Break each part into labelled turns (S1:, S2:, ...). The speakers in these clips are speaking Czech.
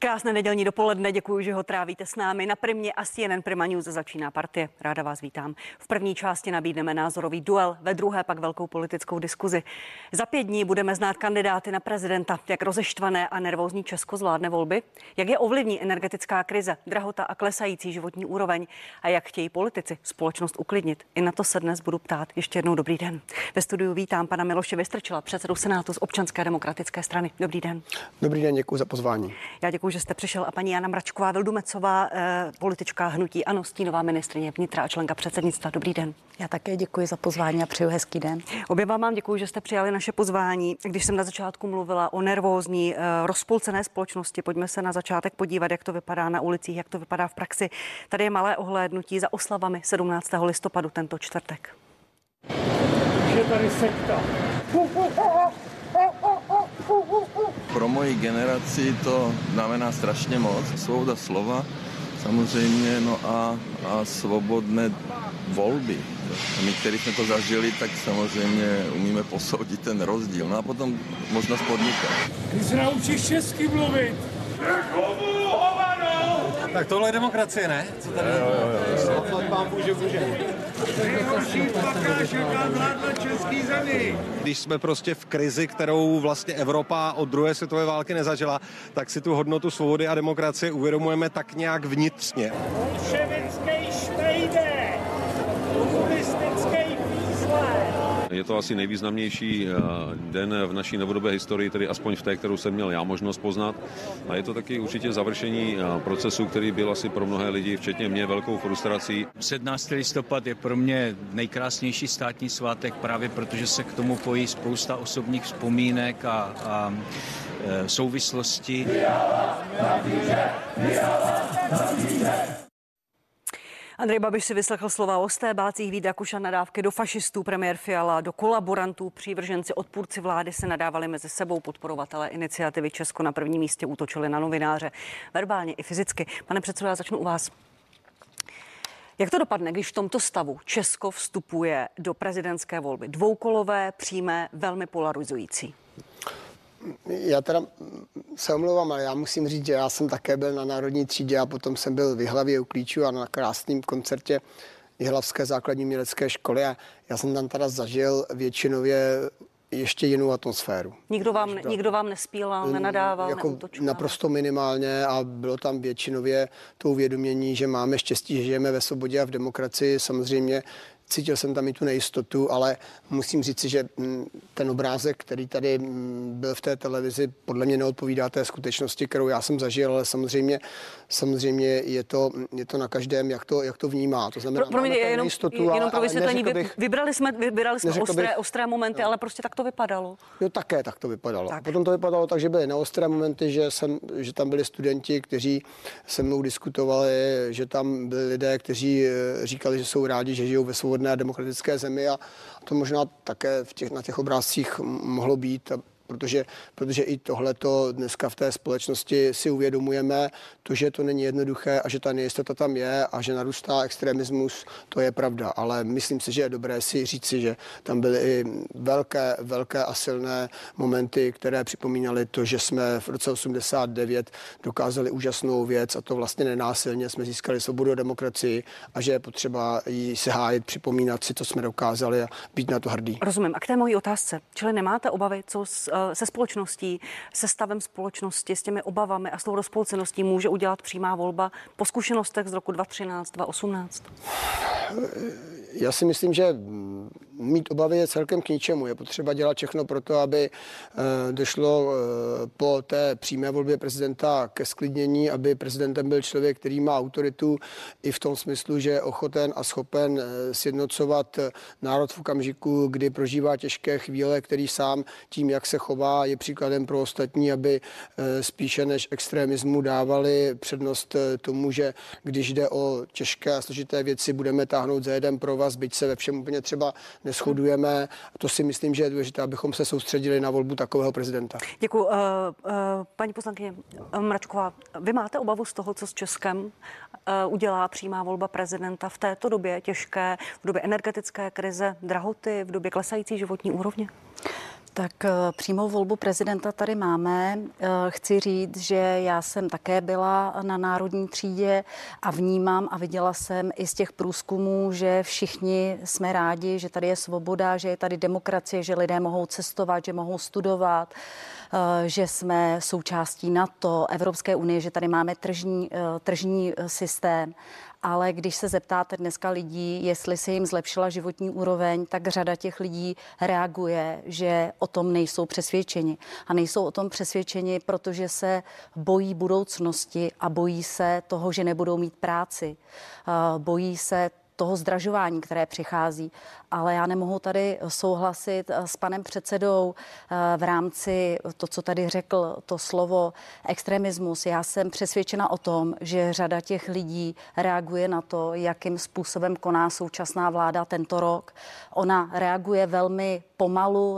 S1: Krásné nedělní dopoledne, děkuji, že ho trávíte s námi. Na Primě a CNN Prima News začíná Partie. Ráda vás vítám. V první části nabídneme názorový duel, ve druhé pak velkou politickou diskuzi. Za 5 dní budeme znát kandidáty na prezidenta, jak rozeštvané a nervózní Česko zvládne volby, jak je ovlivní energetická krize, drahota a klesající životní úroveň a jak chtějí politici společnost uklidnit. I na to se dnes budu ptát. Ještě jednou dobrý den. Ve studiu vítám pana Miloše Vystrčila, předsedu Senátu z Občanské demokratické strany. Dobrý den.
S2: Dobrý den, děkuji za pozvání.
S1: Já děkuji, že jste přišel, a paní Jana Mračková Vildumecová, politička hnutí ANO, stínová ministryně vnitra a členka předsednictva. Dobrý den.
S3: Já také děkuji za pozvání a přeju hezký den.
S1: Oběma vám děkuji, že jste přijali naše pozvání. Když jsem na začátku mluvila o nervózní, rozpolcené společnosti, pojďme se na začátek podívat, jak to vypadá na ulicích, jak to vypadá v praxi. Tady je malé ohlédnutí za oslavami 17. listopadu tento čtvrtek.
S4: Je tady sekta.
S5: Pro moji generaci to znamená strašně moc. Svoboda slova, samozřejmě, no a svobodné volby. A my, kteří jsme to zažili, tak samozřejmě umíme posoudit ten rozdíl. No a potom možnost podnikat.
S4: Když se naučíš česky mluvit.
S6: Tak tohle je demokracie, ne? Co tady?
S4: Nejhorší pakáž, jaká vládla český zemi.
S6: Když jsme prostě v krizi, kterou vlastně Evropa od druhé světové války nezažila, tak si tu hodnotu svobody a demokracie uvědomujeme tak nějak vnitřně.
S4: Bolševický šmejde, komunistický písle.
S7: Je to asi nejvýznamnější den v naší novodobé historii, tedy aspoň v té, kterou jsem měl já možnost poznat. A je to taky určitě završení procesu, který byl asi pro mnohé lidi, včetně mě, velkou frustrací.
S8: 17. listopad je pro mě nejkrásnější státní svátek právě protože se k tomu pojí spousta osobních vzpomínek a souvislostí.
S1: Andrej Babiš si vyslechl slova o stébácích, Vít Rakušan nadávky do fašistů, premiér Fiala do kolaborantů, přívrženci, odpůrci vlády se nadávali mezi sebou, podporovatelé iniciativy Česko na prvním místě útočili na novináře, verbálně i fyzicky. Pane předsedo, já začnu u vás. Jak to dopadne, když v tomto stavu Česko vstupuje do prezidentské volby? Dvoukolové, přímé, velmi polarizující.
S2: Já teda se omlouvám, ale já musím říct, že já jsem také byl na Národní třídě a potom jsem byl v Jihlavě u Klíčů a na krásném koncertě Jihlavské základní umělecké školy a já jsem tam teda zažil většinově ještě jinou atmosféru.
S1: Nikdo vám nespílal, nenadával,
S2: jako
S1: neútočoval?
S2: Naprosto minimálně a bylo tam většinově to uvědomění, že máme štěstí, že žijeme ve svobodě a v demokracii. Samozřejmě cítil jsem tam i tu nejistotu, ale musím říct si, že ten obrázek, který tady byl v té televizi, podle mě neodpovídá té skutečnosti, kterou já jsem zažil, ale samozřejmě je to na každém, jak to vnímá. To znamená,
S1: jenom pro vysvětlení, vybrali jsme ostré momenty, ale prostě tak to vypadalo.
S2: Jo, také tak to vypadalo.
S1: Tak.
S2: Potom to vypadalo tak, že byly neostré momenty, že tam byli studenti, kteří se mnou diskutovali, že tam byli lidé, kteří říkali, že jsou rádi, že žijou ve svobodné a demokratické zemi a to možná také na těch obrázcích mohlo být, protože i tohleto dneska v té společnosti si uvědomujeme, to, že to není jednoduché a že ta nejistota tam je a že narůstá extremismus, to je pravda, ale myslím si, že je dobré si říci, že tam byly i velké a silné momenty, které připomínaly to, že jsme v roce 89 dokázali úžasnou věc a to vlastně nenásilně jsme získali svobodu a demokracii a že je potřeba jí se hájit, připomínat si, co jsme dokázali a být na to hrdý.
S1: Rozumím. A k té mojí otázce. Čili nemáte obavy, co se společností, se stavem společnosti, s těmi obavami a s tou rozpolceností může udělat přímá volba po zkušenostech z roku 2013, 2018?
S2: Já si myslím, že mít obavy je celkem k ničemu. Je potřeba dělat všechno pro to, aby došlo po té přímé volbě prezidenta ke sklidnění, aby prezidentem byl člověk, který má autoritu i v tom smyslu, že je ochoten a schopen sjednocovat národ v okamžiku, kdy prožívá těžké chvíle, který sám tím, jak se chová, je příkladem pro ostatní, aby spíše než extremismu dávali přednost tomu, že když jde o těžké a složité věci, budeme táhnout za jeden provaz, byť se ve všem úplně třeba neshodujeme. To si myslím, že je důležité, abychom se soustředili na volbu takového prezidenta.
S1: Děkuji. Paní poslankyně Mračková, vy máte obavu z toho, co s Českem udělá přímá volba prezidenta v této době těžké, v době energetické krize, drahoty, v době klesající životní úrovně?
S3: Tak přímou volbu prezidenta tady máme. Chci říct, že já jsem také byla na Národní třídě a vnímám a viděla jsem i z těch průzkumů, že všichni jsme rádi, že tady je svoboda, že je tady demokracie, že lidé mohou cestovat, že mohou studovat, že jsme součástí NATO, Evropské unie, že tady máme tržní systém. Ale když se zeptáte dneska lidí, jestli se jim zlepšila životní úroveň, tak řada těch lidí reaguje, že o tom nejsou přesvědčeni. A nejsou o tom přesvědčeni, protože se bojí budoucnosti a bojí se toho, že nebudou mít práci. Bojí se toho zdražování, které přichází. Ale já nemohu tady souhlasit s panem předsedou v rámci to, co tady řekl, to slovo extremismus. Já jsem přesvědčena o tom, že řada těch lidí reaguje na to, jakým způsobem koná současná vláda tento rok. Ona reaguje velmi pomalu,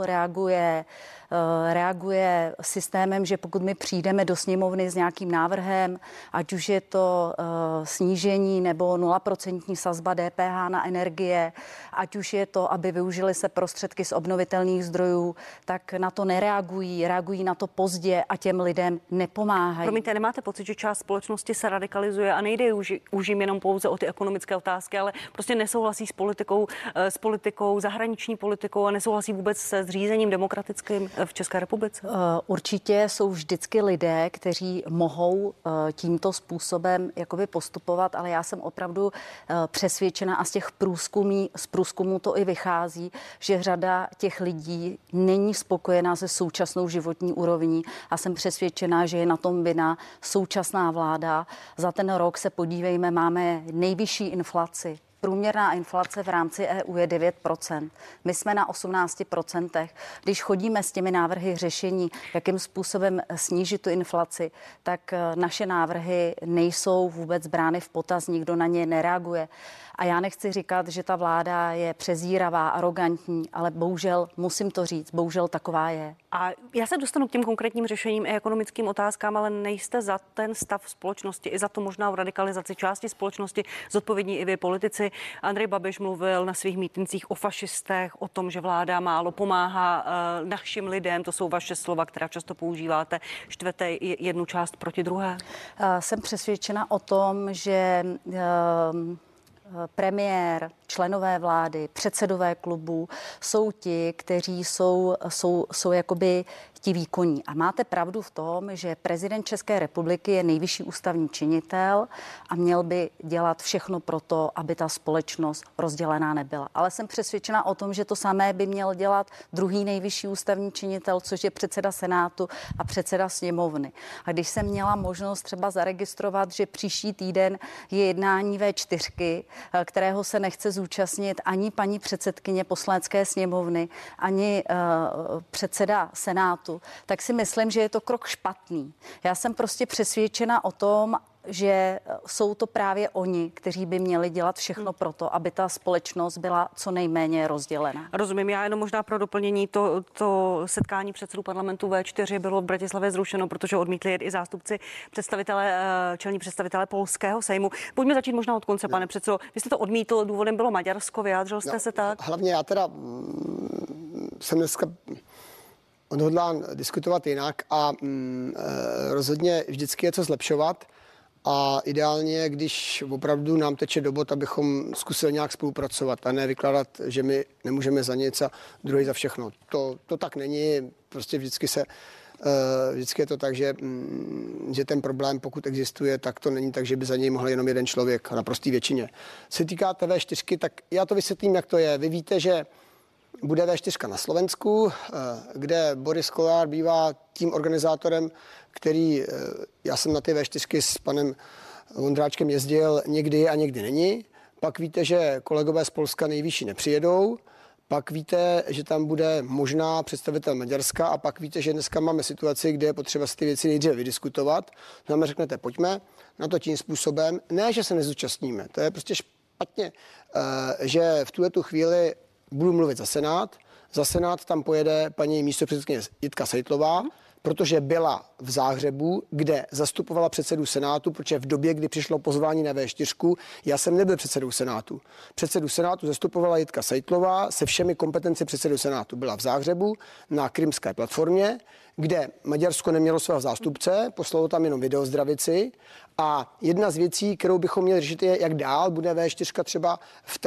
S3: reaguje systémem, že pokud my přijdeme do sněmovny s nějakým návrhem, ať už je to snížení nebo 0% sazba DPH na energie, ať už je to, aby využili se prostředky z obnovitelných zdrojů, tak na to nereagují, reagují na to pozdě a těm lidem nepomáhají.
S1: Promiňte, nemáte pocit, že část společnosti se radikalizuje a nejde už jim jenom pouze o ty ekonomické otázky, ale prostě nesouhlasí s politikou, zahraniční politikou a nesouhlasí vůbec se zřízením demokratickým v České republice?
S3: Určitě jsou vždycky lidé, kteří mohou tímto způsobem jakoby postupovat, ale já jsem opravdu přesvědčena a z těch průzkumů to i vychází, že řada těch lidí není spokojená se současnou životní úrovní a jsem přesvědčena, že je na tom vina současná vláda. Za ten rok se podívejme, máme nejvyšší inflaci. Průměrná inflace v rámci EU je 9%. My jsme na 18%. Když chodíme s těmi návrhy řešení, jakým způsobem snížit tu inflaci, tak naše návrhy nejsou vůbec brány v potaz, nikdo na ně nereaguje. A já nechci říkat, že ta vláda je přezíravá, arrogantní, ale bohužel, musím to říct, bohužel taková je.
S1: A já se dostanu k těm konkrétním řešením i ekonomickým otázkám, ale nejste za ten stav společnosti i za to možná radikalizaci části společnosti zodpovědní i vy politici. Andrej Babiš mluvil na svých mítincích o fašistech, o tom, že vláda málo pomáhá našim lidem. To jsou vaše slova, která často používáte. Štvete jednu část proti druhé?
S3: Jsem přesvědčena o tom, že premiér, členové vlády, předsedové klubů jsou ti, kteří jsou jakoby ti výkonní. A máte pravdu v tom, že prezident České republiky je nejvyšší ústavní činitel a měl by dělat všechno pro to, aby ta společnost rozdělená nebyla. Ale jsem přesvědčena o tom, že to samé by měl dělat druhý nejvyšší ústavní činitel, což je předseda Senátu a předseda sněmovny. A když jsem měla možnost třeba zaregistrovat, že příští týden je jednání V4, kterého se nechce zúčastnit ani paní předsedkyně Poslanecké sněmovny, ani předseda Senátu, tak si myslím, že je to krok špatný. Já jsem prostě přesvědčena o tom, že jsou to právě oni, kteří by měli dělat všechno pro to, aby ta společnost byla co nejméně rozdělená.
S1: Rozumím, já jenom možná pro doplnění to setkání předsedů parlamentu V4 bylo v Bratislavě zrušeno, protože odmítli jet i zástupci čelní představitelé polského sejmu. Pojďme začít možná od konce, pane předsedo. Vy jste to odmítl, důvodem bylo Maďarsko, vyjádřil jste se tak?
S2: Hlavně já teda jsem dneska odhodlán diskutovat jinak a rozhodně vždycky je co zlepšovat. A ideálně, když opravdu nám teče do bod, abychom zkusili nějak spolupracovat a ne vykládat, že my nemůžeme za nic a druhý za všechno. To tak není, prostě vždycky je to tak, že ten problém, pokud existuje, tak to není tak, že by za něj mohl jenom jeden člověk a naprostý většině. Se týká TV4, tak já to vysvětlím, jak to je. Vy víte, že bude V4 na Slovensku, kde Boris Kolár bývá tím organizátorem, který, já jsem na ty V4 s panem Vondráčkem jezdil někdy a někdy není. Pak víte, že kolegové z Polska nejvyšší nepřijedou. Pak víte, že tam bude možná představitel Maďarska a pak víte, že dneska máme situaci, kde je potřeba si ty věci nejdříve vydiskutovat. Znamená, řeknete, pojďme na to tím způsobem. Ne, že se nezúčastníme, to je prostě špatně, že v tuhletu chvíli budu mluvit za Senát. Za Senát tam pojede paní místopředsedkyně Jitka Seitlová, protože byla v Záhřebu, kde zastupovala předsedu Senátu, protože v době, kdy přišlo pozvání na V4, já jsem nebyl předsedou Senátu. Předsedu Senátu zastupovala Jitka Seitlová se všemi kompetenci předsedu Senátu. Byla v Záhřebu na Krymské platformě, kde Maďarsko nemělo svého zástupce, poslalo tam jenom videozdravici a jedna z věcí, kterou bychom měli řešit, je, jak dál bude V4 třeba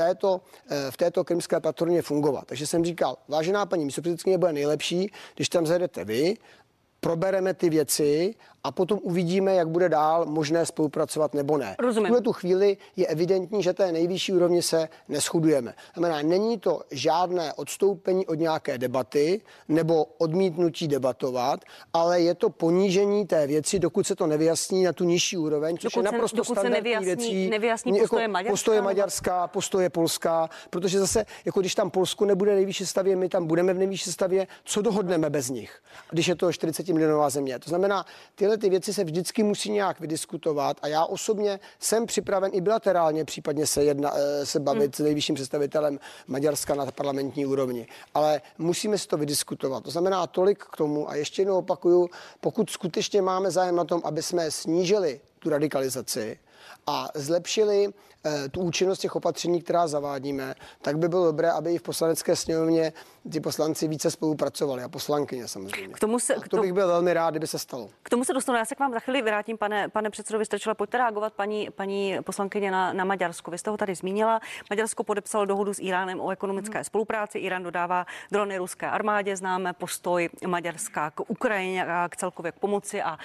S2: v této krymské platformě fungovat. Takže jsem říkal, vážená paní místopředsedkyně, bude nejlepší, když tam zajdete vy, probereme ty věci a potom uvidíme, jak bude dál možné spolupracovat nebo ne.
S1: Rozumím.
S2: V tu chvíli je evidentní, že té nejvyšší úrovni se neshodujeme. Znamená, není to žádné odstoupení od nějaké debaty nebo odmítnutí debatovat, ale je to ponížení té věci, dokud se to nevyjasní na tu nižší úroveň, což je naprosto standardní věcí.
S1: Nevyjasní postoje Maďarska.
S2: Postoje Maďarska, postoje Polska, protože zase, jako když tam Polsko nebude nejvyšší stavě, my tam budeme v nejvyšší stavě, co dohodneme bez nich, když je to 40 milionová země. To znamená, tyhle ty věci se vždycky musí nějak vydiskutovat a já osobně jsem připraven i bilaterálně případně se bavit s nejvyšším představitelem Maďarska na parlamentní úrovni. Ale musíme si to vydiskutovat. To znamená tolik k tomu a ještě jednou opakuju, pokud skutečně máme zájem na tom, aby jsme snížili tu radikalizaci a zlepšili tu účinnost těch opatření, která zavádíme, tak by bylo dobré, aby i v poslanecké sněmovně ty poslanci více spolupracovali a poslankyně samozřejmě. To bych byl velmi rád, kdyby se stalo.
S1: K tomu se dostanu. Já se k vám za chvíli vrátím, pane předsedo Vystrčile. Pojďte reagovat, paní poslankyně, na Maďarsko. Vy jste ho tady zmínila. Maďarsko podepsalo dohodu s Íránem o ekonomické spolupráci. Írán dodává drony ruské armádě. Známe postoj Maďarska k Ukrajině a k celkově k pomoci a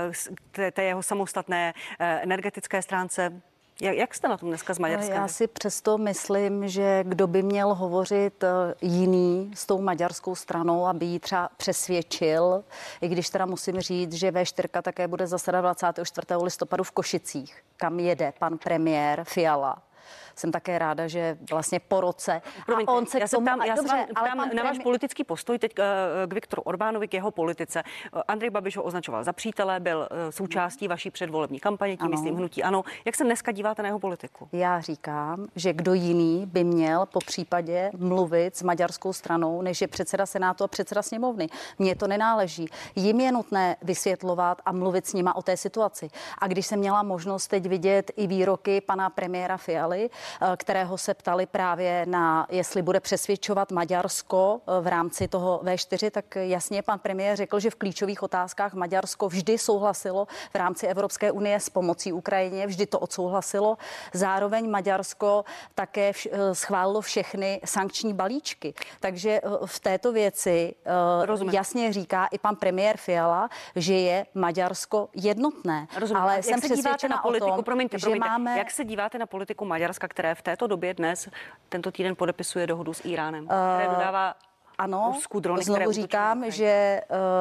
S1: té jeho samostatné energetické stránce. Jak jste na tom dneska s Maďarskem?
S3: Já si přesto myslím, že kdo by měl hovořit jiný s tou maďarskou stranou, aby ji třeba přesvědčil, i když teda musím říct, že V4 také bude zasedat 24. listopadu v Košicích, kam jede pan premiér Fiala. Jsem také ráda, že vlastně po roce.
S1: Promiňte,
S3: a on se
S1: já
S3: k tomu...
S1: se
S3: Dobře,
S1: ptám na váš politický postoj teď k Viktoru Orbánovi, k jeho politice. Andrej Babiš ho označoval za přítele, byl součástí vaší předvolební kampaně, tím myslím hnutí ANO. Jak se dneska díváte na jeho politiku?
S3: Já říkám, že kdo jiný by měl po případě mluvit s maďarskou stranou, než je předseda Senátu a předseda sněmovny. Mně to nenáleží. Jim je nutné vysvětlovat a mluvit s nima o té situaci. A když jsem měla možnost teď vidět i výroky pana premiéra Fialy, kterého se ptali právě na, jestli bude přesvědčovat Maďarsko v rámci toho V4, tak jasně pan premiér řekl, že v klíčových otázkách Maďarsko vždy souhlasilo v rámci Evropské unie s pomocí Ukrajině, vždy to odsouhlasilo. Zároveň Maďarsko také schválilo všechny sankční balíčky. Takže v této věci jasně říká i pan premiér Fiala, že je Maďarsko jednotné.
S1: Rozumím.
S3: Ale
S1: jak
S3: jsem
S1: se díváte
S3: přesvědčena
S1: na politiku,
S3: o tom,
S1: promiňte,
S3: že máme...
S1: Jak se díváte na politiku Maďarska, které v této době dnes, tento týden podepisuje dohodu s Íránem, které dodává Rusku drony,
S3: znovu říkám, že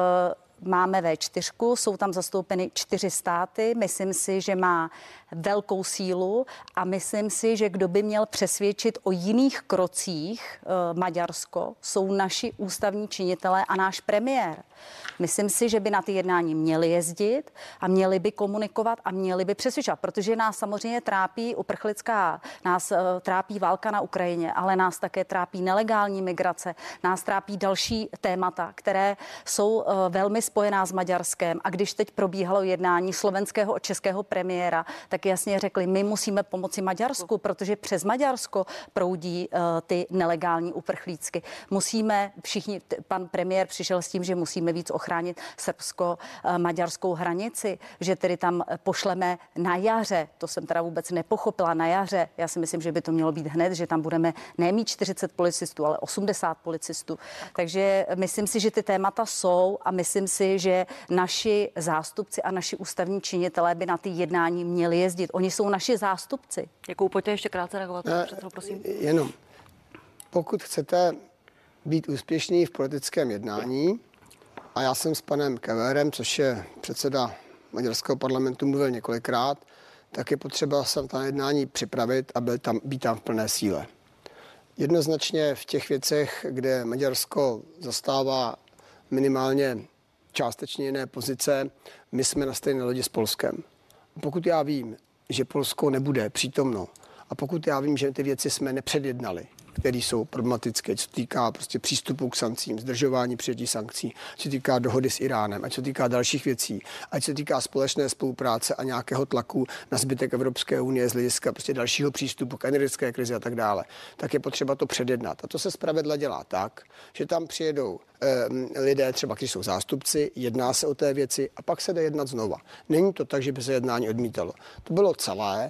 S3: máme V4, jsou tam zastoupeny 4 státy. Myslím si, že má velkou sílu a myslím si, že kdo by měl přesvědčit o jiných krocích Maďarsko, jsou naši ústavní činitelé a náš premiér. Myslím si, že by na ty jednání měli jezdit a měli by komunikovat a měli by přesvědčovat, protože nás samozřejmě trápí nás trápí válka na Ukrajině, ale nás také trápí nelegální migrace, nás trápí další témata, které jsou velmi spojená s Maďarskem. A když teď probíhalo jednání slovenského a českého premiéra, tak jasně řekli, my musíme pomoci Maďarsku, protože přes Maďarsko proudí ty nelegální uprchlícky. Musíme všichni, pan premiér přišel s tím, že musíme víc ochránit srbsko-maďarskou hranici, že tedy tam pošleme na jaře, to jsem teda vůbec nepochopila, na jaře, já si myslím, že by to mělo být hned, že tam budeme nemít 40 policistů, ale 80 policistů. Takže myslím si, že ty témata jsou a myslím si, že naši zástupci a naši ústavní činitelé by na ty jednání měli jezdit. Oni jsou naši zástupci.
S1: Jakou pojďte ještě krátce reagovat, předsedo, prosím.
S2: Jenom, pokud chcete být úspěšní v politickém jednání, a já jsem s panem Keverem, což je předseda maďarského parlamentu, mluvil několikrát, tak je potřeba se na jednání připravit a být tam v plné síle. Jednoznačně v těch věcech, kde Maďarsko zastává minimálně částečně jiné pozice, my jsme na stejné lodi s Polskem. Pokud já vím, že Polsko nebude přítomno a pokud já vím, že ty věci jsme nepředjednali, které jsou problematické, co se týká prostě přístupu k sankcím, zdržování přijetí sankcí, co se týká dohody s Iránem, ať se týká dalších věcí, ať se týká společné spolupráce a nějakého tlaku na zbytek Evropské unie z hlediska prostě dalšího přístupu k energetické krizi a tak dále, tak je potřeba to předjednat. A to se zpravidla dělá tak, že tam přijedou lidé třeba, kteří jsou zástupci, jedná se o té věci a pak se jde jednat znova. Není to tak, že by se jednání odmítalo. To bylo celé,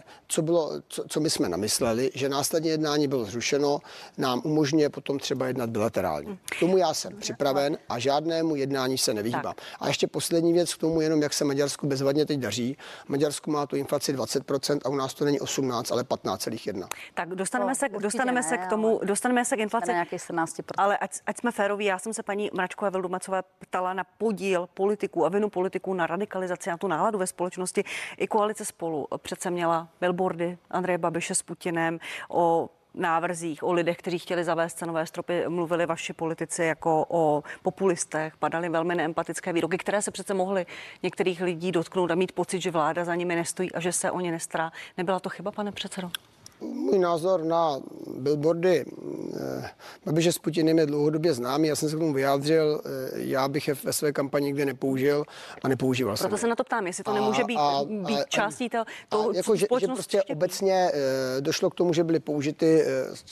S2: co my jsme namysleli, že následně jednání bylo zrušeno, nám umožňuje potom třeba jednat bilaterálně. K tomu já jsem připraven a žádnému jednání se nevyhýbám. A ještě poslední věc k tomu, jenom jak se Maďarsku bezvadně teď daří. Maďarsku má tu inflaci 20% a u nás to není 18, ale 15,1.
S1: Tak dostaneme se k inflaci.
S3: Nějakých 17%.
S1: Ale ať jsme féroví, já jsem se paní Mračkové Vildumacové ptala na podíl politiků a vinu politiků na radikalizaci, na tu náladu ve společnosti. I koalice Spolu přece měla billboardy Andreje Babiše s Putinem o návrzích, o lidech, kteří chtěli zavést cenové stropy, mluvili vaši politici jako o populistech, padaly velmi neempatické výroky, které se přece mohly některých lidí dotknout a mít pocit, že vláda za nimi nestojí a že se o ně nestará. Nebyla to chyba, pane předsedo?
S2: Můj názor na billboardy Babiše s Putinem je dlouhodobě známý. Já jsem se k tomu vyjádřil. Já bych je ve své kampani nikdy nepoužil a nepoužíval jsem.
S1: Proto se na to ptám, jestli to nemůže být částí toho
S2: že prostě obecně došlo k tomu, že byly použity.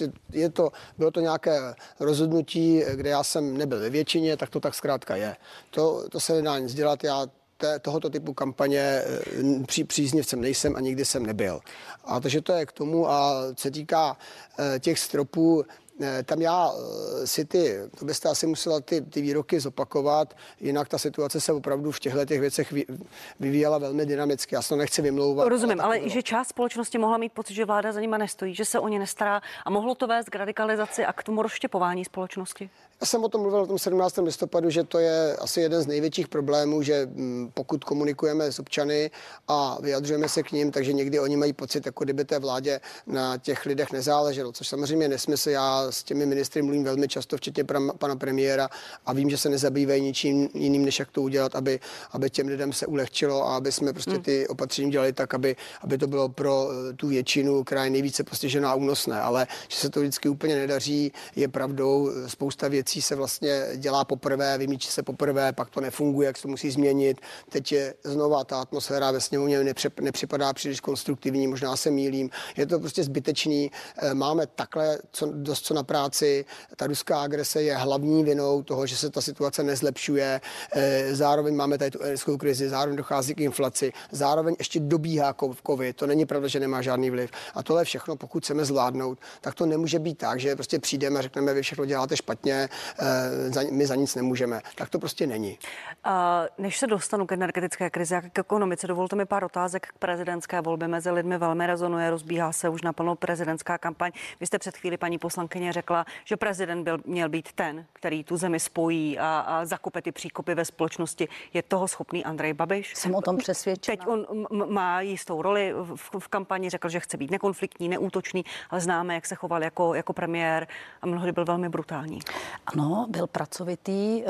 S2: Bylo to nějaké rozhodnutí, kde já jsem nebyl ve většině, tak to tak zkrátka je. To se nedá nic dělat. Já tohoto typu kampaně příznivcem nejsem a nikdy jsem nebyl. A takže to je k tomu. A co se týká těch stropů, tam já si to byste asi musela ty výroky zopakovat, jinak ta situace se opravdu v těchto těch věcech vyvíjela velmi dynamicky. Já se to nechci vymlouvat.
S1: Rozumím, ale že část společnosti mohla mít pocit, že vláda za nima nestojí, že se o ně nestará a mohlo to vést k radikalizaci a k tomu rozštěpování společnosti?
S2: Já jsem o tom mluvil na tom 17. listopadu, že to je asi jeden z největších problémů, že pokud komunikujeme s občany a vyjadřujeme se k ním, takže někdy oni mají pocit, jako kdyby té vládě na těch lidech nezáleželo, což samozřejmě je nesmysl. Já s těmi ministry mluvím velmi často, včetně pana premiéra, a vím, že se nezabývají ničím jiným, než jak to udělat, aby těm lidem se ulehčilo a aby jsme prostě ty opatření dělali tak, aby to bylo pro tu většinu, která je nejvíce postižená, únosné. Ale že se to vždycky úplně nedaří, je pravdou. Spousta věcí se vlastně dělá poprvé, vymýčí se poprvé, pak to nefunguje, jak se to musí změnit. Teď je znova ta atmosféra ve sněmovně nepřipadá příliš konstruktivní, možná se mýlím. Je to prostě zbytečný. Máme takhle dost co na práci. Ta ruská agrese je hlavní vinou toho, že se ta situace nezlepšuje. Zároveň máme tady tu energetickou krizi, zároveň dochází k inflaci, zároveň ještě dobíhá covid. To není pravda, že nemá žádný vliv. A tohle všechno, pokud chceme zvládnout, tak to nemůže být tak, že prostě přijdeme a řekneme, vy všechno děláte špatně, my za nic nemůžeme. Tak to prostě není.
S1: Než se dostanu k energetické krizi a k ekonomice, dovolte mi pár otázek k prezidentské volbě. Mezi lidmi velmi rezonuje, rozbíhá se už naplno prezidentská kampaň. Vy jste před chvíli, paní poslankyně, řekla, že prezident měl být ten, který tu zemi spojí a zakope ty příkopy ve společnosti. Je toho schopný Andrej Babiš?
S3: Jsem o tom přesvědčena.
S1: Teď on má jistou roli v kampani, řekl, že chce být nekonfliktní, neútočný, ale známe, jak se choval jako premiér a mnohdy byl velmi brutální.
S3: Ano, byl pracovitý,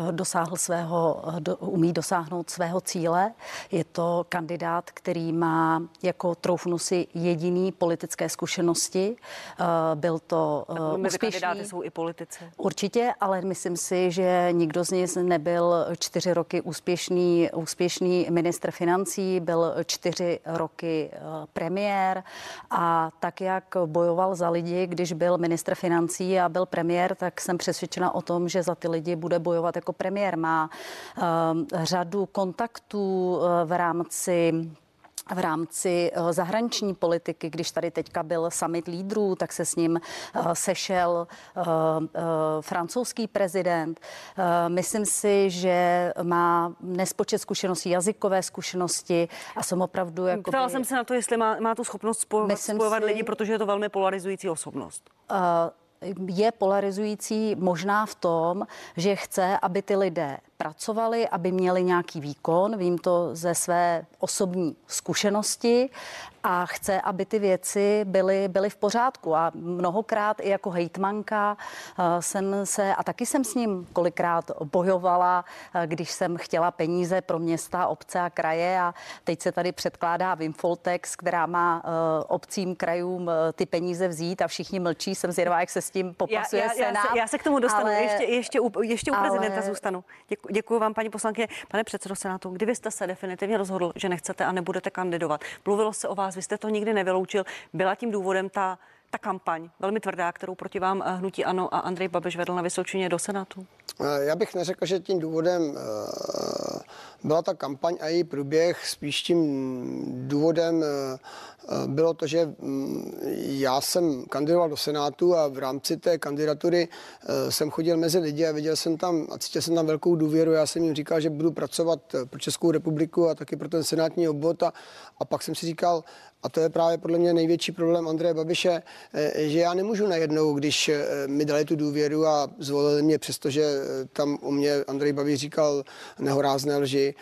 S3: umí dosáhnout svého cíle. Je to kandidát, který má jako troufnu si jediný politické zkušenosti. Byl to
S1: mezi
S3: úspěšný.
S1: Kandidáty jsou i politici.
S3: Určitě, ale myslím si, že nikdo z nich nebyl 4 roky úspěšný ministr financí, byl 4 roky premiér a tak, jak bojoval za lidi, když byl ministr financí a byl premiér, tak jsem přesvědčena o tom, že za ty lidi bude bojovat jako premiér. Má řadu kontaktů v rámci zahraniční politiky. Když tady teďka byl summit lídrů, tak se s ním sešel francouzský prezident. Myslím si, že má nespočet zkušeností, jazykové zkušenosti a jsem opravdu jako...
S1: Ptala jsem se na to, jestli má tu schopnost spojovat lidi, protože je to velmi polarizující osobnost.
S3: Je polarizující možná v tom, že chce, aby ty lidé pracovali, aby měli nějaký výkon. Vím to ze své osobní zkušenosti a chce, aby ty věci byly v pořádku. A mnohokrát i jako hejtmanka a taky jsem s ním kolikrát bojovala, když jsem chtěla peníze pro města, obce a kraje, a teď se tady předkládá windfall tax, která má obcím, krajům ty peníze vzít a všichni mlčí. Jsem zvědavá, jak se s tím popasuje Senát.
S1: Já se k tomu dostanu, ještě u prezidenta zůstanu. Děkuji vám, paní poslankyně. Pane předsedo Senátu, kdy vy jste se definitivně rozhodl, že nechcete a nebudete kandidovat? Mluvilo se o vás, vy jste to nikdy nevyloučil. Byla tím důvodem ta kampaň velmi tvrdá, kterou proti vám hnutí ANO a Andrej Babiš vedl na Vysočině do Senátu?
S2: Já bych neřekl, že tím důvodem byla ta kampaň a její průběh. Spíš tím důvodem bylo to, že já jsem kandidoval do Senátu a v rámci té kandidatury jsem chodil mezi lidi a viděl jsem tam a cítil jsem tam velkou důvěru. Já jsem jim říkal, že budu pracovat pro Českou republiku a taky pro ten senátní obvod a pak jsem si říkal, a to je právě podle mě největší problém Andreje Babiše, že já nemůžu najednou, když mi dali tu důvěru a zvolili mě, přestože tam u mě Andrej Babiš říkal nehorázné lži,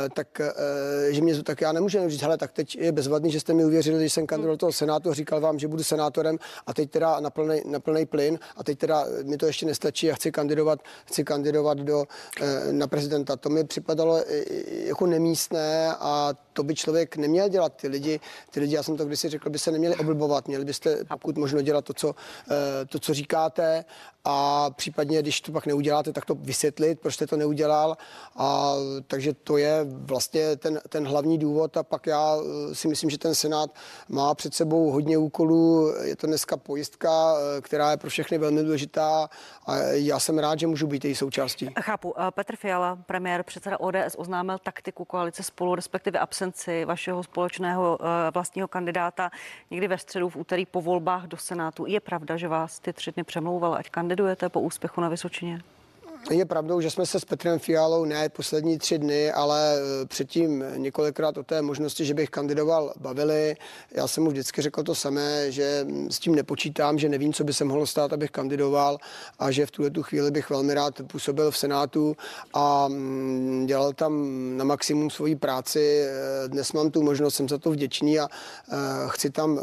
S2: tak já nemůžu říct, hele, tak teď je bezvadný, že jste mi uvěřili, když jsem kandidoval do toho Senátu a říkal vám, že budu senátorem a teď teda na plný plyn a teď teda mi to ještě nestačí a chci kandidovat na prezidenta. To mi připadalo jako nemístné a to by člověk neměl dělat. Ty lidi, já jsem to kdysi řekl, by se neměli oblbovat, měli byste pokud možno dělat to, co říkáte a případně, když to pak neuděláte, tak to vysvětlit, proč jste to neudělal. A takže to je vlastně ten hlavní důvod a pak já si myslím, že ten Senát má před sebou hodně úkolů. Je to dneska pojistka, která je pro všechny velmi důležitá a já jsem rád, že můžu být její součástí.
S1: Chápu. Petr Fiala, premiér, předseda ODS, oznámil taktiku koalice Spolu, respektive absenci vašeho společného vlastního kandidáta někdy ve středu, v úterý po volbách do Senátu. Je pravda, že vás ty 3 dny přemlouval, ať kandidujete po úspěchu na Vysočině?
S2: Je pravdou, že jsme se s Petrem Fialou ne poslední 3 dny, ale předtím několikrát o té možnosti, že bych kandidoval, bavili. Já jsem mu vždycky řekl to samé, že s tím nepočítám, že nevím, co by se mohlo stát, abych kandidoval a že v tu chvíli bych velmi rád působil v Senátu a dělal tam na maximum svoji práci. Dnes mám tu možnost, jsem za to vděčný a chci tam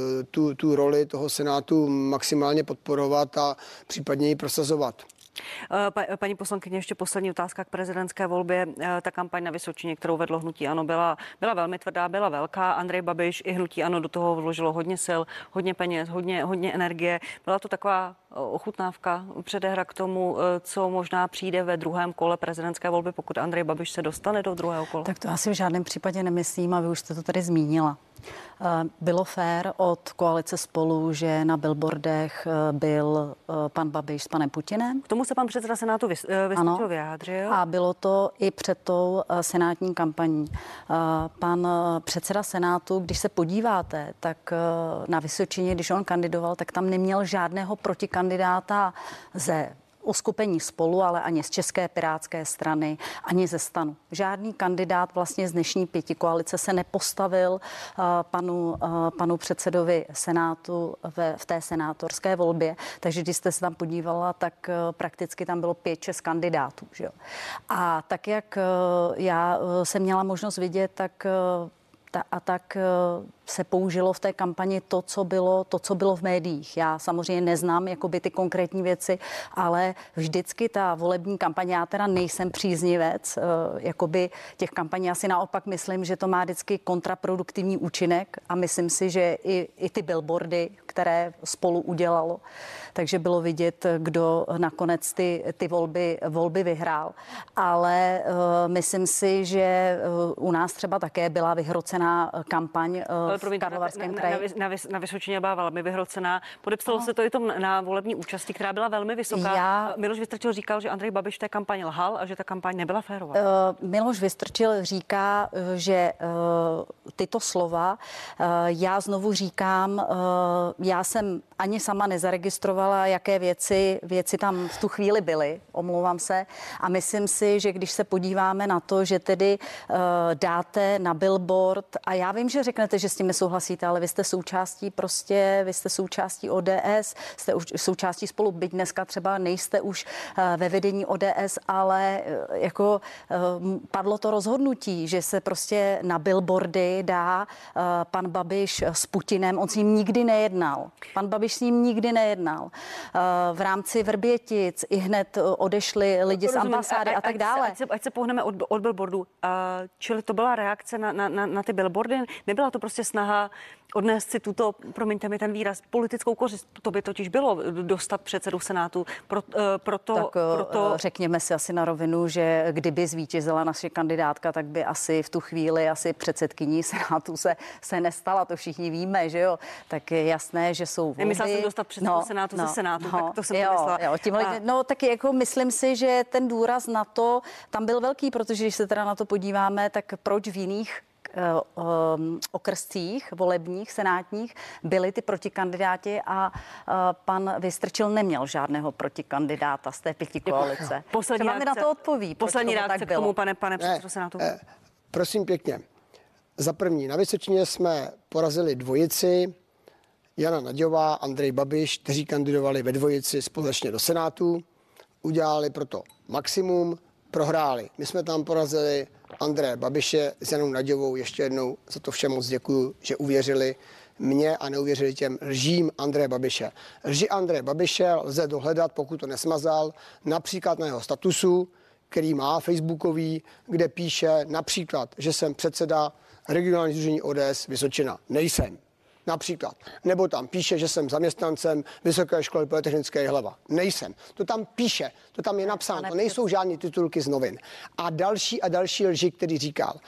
S2: tu roli toho Senátu maximálně podporovat a případně ji prosazovat.
S1: Paní poslankyně, ještě poslední otázka k prezidentské volbě. Ta kampaň na Vysočině, kterou vedlo hnutí ANO, byla velmi tvrdá, byla velká. Andrej Babiš i hnutí ANO do toho vložilo hodně sil, hodně peněz, hodně energie. Byla to taková ochutnávka, předehra k tomu, co možná přijde ve druhém kole prezidentské volby, pokud Andrej Babiš se dostane do druhého kola?
S3: Tak to asi v žádném případě nemyslím a vy už jste to tady zmínila. Bylo fér od koalice Spolu, že na billboardech byl pan Babiš s panem Putinem.
S1: K tomu se pan předseda Senátu Vystrčil vyjádřil.
S3: A bylo to i před tou senátní kampaní. Pan předseda Senátu, když se podíváte, tak na Vysočině, když on kandidoval, tak tam neměl žádného protikandidáta ze uskupení Spolu, ale ani z České pirátské strany, ani ze STANu. Žádný kandidát vlastně z dnešní pětikoalice se nepostavil panu předsedovi Senátu v té senátorské volbě. Takže když jste se tam podívala, tak prakticky tam bylo 5-6 kandidátů. Že jo? A tak, jak já jsem měla možnost vidět, tak se použilo v té kampani to, co bylo v médiích. Já samozřejmě neznám jakoby ty konkrétní věci, ale vždycky ta volební kampaň, já teda nejsem příznivec jakoby těch kampaní, já si naopak myslím, že to má vždycky kontraproduktivní účinek a myslím si, že i ty billboardy, které Spolu udělalo, takže bylo vidět, kdo nakonec ty volby vyhrál. Ale myslím si, že u nás třeba také byla vyhrocená kampaň v Karlovarském kraji.
S1: Na Vysočině byla velmi vyhrocená. Podepsalo se to i tom na volební účasti, která byla velmi vysoká. Miloš Vystrčil říkal, že Andrej Babiš v té kampani lhal a že ta kampaň nebyla férová.
S3: Miloš Vystrčil říká, že tyto slova, já znovu říkám, já jsem ani sama nezaregistrovala, jaké věci tam v tu chvíli byly, omlouvám se. A myslím si, že když se podíváme na to, že tedy dáte na billboard, a já vím, že řeknete, že s tím nesouhlasíte, ale vy jste součástí ODS, jste už součástí Spolu, byť dneska třeba nejste už ve vedení ODS, ale jako padlo to rozhodnutí, že se prostě na billboardy dá pan Babiš s Putinem, on s ním nikdy nejednal. Pan Babiš s ním nikdy nejednal. V rámci Vrbětic i hned odešli lidi z ambasády a tak dále.
S1: Ať se pohneme od billboardu. Čili to byla reakce na ty billboardy? Nebyla to prostě snaha odnést si tuto, promiňte mi ten výraz, politickou kořist? To by totiž bylo dostat předsedu Senátu. Proto
S3: řekněme si asi na rovinu, že kdyby zvítězila naše kandidátka, tak by asi v tu chvíli předsedkyní Senátu se nestala. To všichni víme, že jo? Tak je jasné, že jsou volby.
S1: Nemyslela jsem dostat předsedu Senátu ze Senátu, tak to jsem myslela.
S3: Tak jako myslím si, že ten důraz na to tam byl velký, protože když se teda na to podíváme, tak proč v jiných okrscích volebních, senátních byli ty protikandidáti a pan Vystrčil neměl žádného protikandidáta z té pětikoalice.
S1: Poslední reakce,
S3: mi na to odpoví.
S1: Poslední reakce k tomu, pane předsedo Senátu.
S2: Prosím pěkně. Za první, na Vysočině jsme porazili dvojici Jana Naďová, Andrej Babiš, kteří kandidovali ve dvojici společně do Senátu. Udělali proto maximum, prohráli. My jsme tam porazili Andreje Babiše s Janou Naďovou. Ještě jednou za to všem moc děkuju, že uvěřili mně a neuvěřili těm lžím Andreje Babiše. Lži Andreje Babiše lze dohledat, pokud to nesmazal, například na jeho statusu, který má facebookový, kde píše například, že jsem předseda regionální sdružení ODS Vysočina. Nejsem. Například. Nebo tam píše, že jsem zaměstnancem Vysoké školy Polytechnické Jihlava. Nejsem. To tam píše, to tam je napsáno. To nejsou žádné titulky z novin. A další lži, který říkal.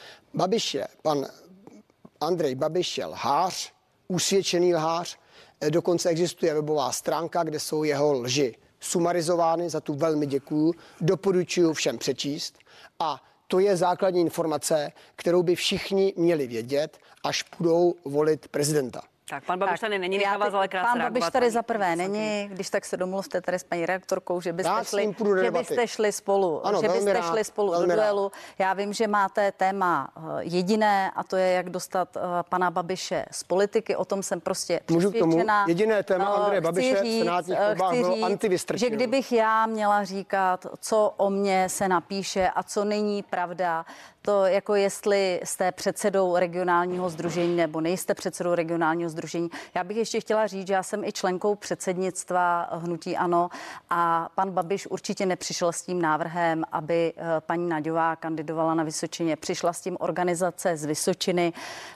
S2: Pan Andrej Babiš je lhář, usvědčený lhář. Dokonce existuje webová stránka, kde jsou jeho lži sumarizovány. Za tu velmi děkuju. Doporučuji všem přečíst. A to je základní informace, kterou by všichni měli vědět, až budou volit prezidenta.
S1: Tak, pan Babiš tady není, nechá vás ale krátce
S3: Pan Babiš tady za prvé není, když tak se domluvte tady s paní redaktorkou, že byste šli spolu,
S2: ano,
S3: šli spolu do duelu. Já vím, že máte téma jediné a to je, jak dostat pana Babiše z politiky, o tom jsem prostě přesvědčená.
S2: Můžu k tomu jediné téma Andreje Babiše v senátních volbách bylo antivystrčil.
S3: Že kdybych já měla říkat, co o mně se napíše a co není pravda, to jako jestli jste předsedou regionálního sdružení nebo nejste předsedou regionálního sdružení. Já bych ještě chtěla říct, že já jsem i členkou předsednictva hnutí ANO a pan Babiš určitě nepřišel s tím návrhem, aby paní Naďová kandidovala na Vysočině. Přišla s tím organizace z Vysočiny,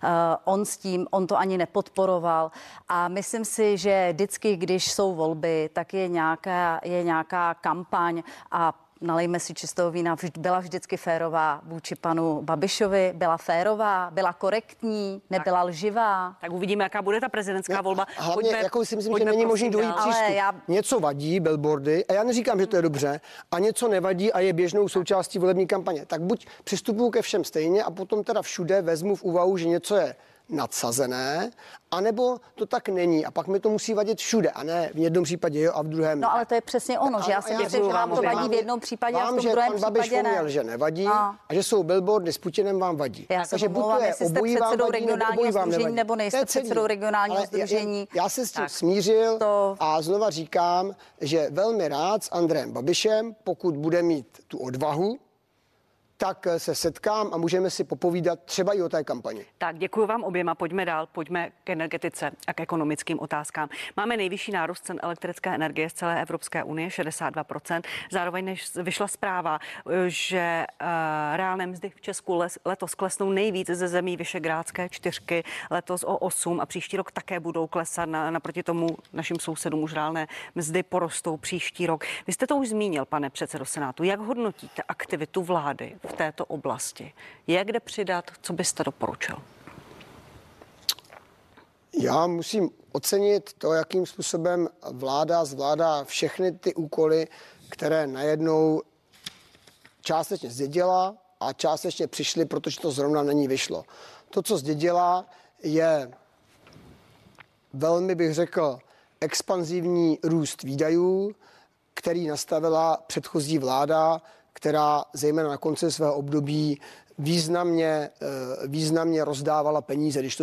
S3: on to ani nepodporoval a myslím si, že vždycky, když jsou volby, tak je nějaká kampaň a nalejme si čistého vína, byla vždycky férová vůči panu Babišovi, byla férová, byla korektní, nebyla lživá.
S1: Tak uvidíme, jaká bude ta prezidentská volba.
S2: Hlavně, jako si myslím, že není možný dvojí přístup. Něco vadí, billboardy, a já neříkám, že to je dobře, a něco nevadí a je běžnou součástí volební kampaně. Tak buď přistupuju ke všem stejně a potom teda všude vezmu v úvahu, že něco je nadsazené, anebo to tak není a pak mi to musí vadit všude a ne v jednom případě jo a v druhém ne.
S3: No ale to je přesně ono, že já si myslím, že vám to vadí v jednom případě a v tom druhém případě ne.
S2: Že nevadí a že jsou billboardy s Putinem vám vadí.
S3: Já se omlouvám, jestli jste předsedou regionálního sdružení nebo nejste předsedou regionálního sdružení.
S2: Já se s tím smířil a znova říkám, že velmi rád s Andrejem Babišem, pokud bude mít tu odvahu, tak se setkám a můžeme si popovídat třeba i o té kampani.
S1: Tak děkuji vám oběma, pojďme dál, pojďme k energetice a k ekonomickým otázkám. Máme nejvyšší nárůst cen elektrické energie z celé Evropské unie, 62%. Zároveň než vyšla zpráva, že reálné mzdy v Česku letos klesnou nejvíc ze zemí Visegrádské čtyřky, letos o 8 a příští rok také budou klesat. Naproti tomu našim sousedům už reálné mzdy porostou příští rok. Vy jste to už zmínil, pane předsedo Senátu. Jak hodnotíte aktivitu vlády v této oblasti? Je kde přidat? Co byste doporučil?
S2: Já musím ocenit to, jakým způsobem vláda zvládá všechny ty úkoly, které najednou částečně zdědila a částečně přišly, protože to zrovna není vyšlo. To, co zdědila, je velmi, bych řekl, expanzivní růst výdajů, který nastavila předchozí vláda, která zejména na konci svého období významně rozdávala peníze, když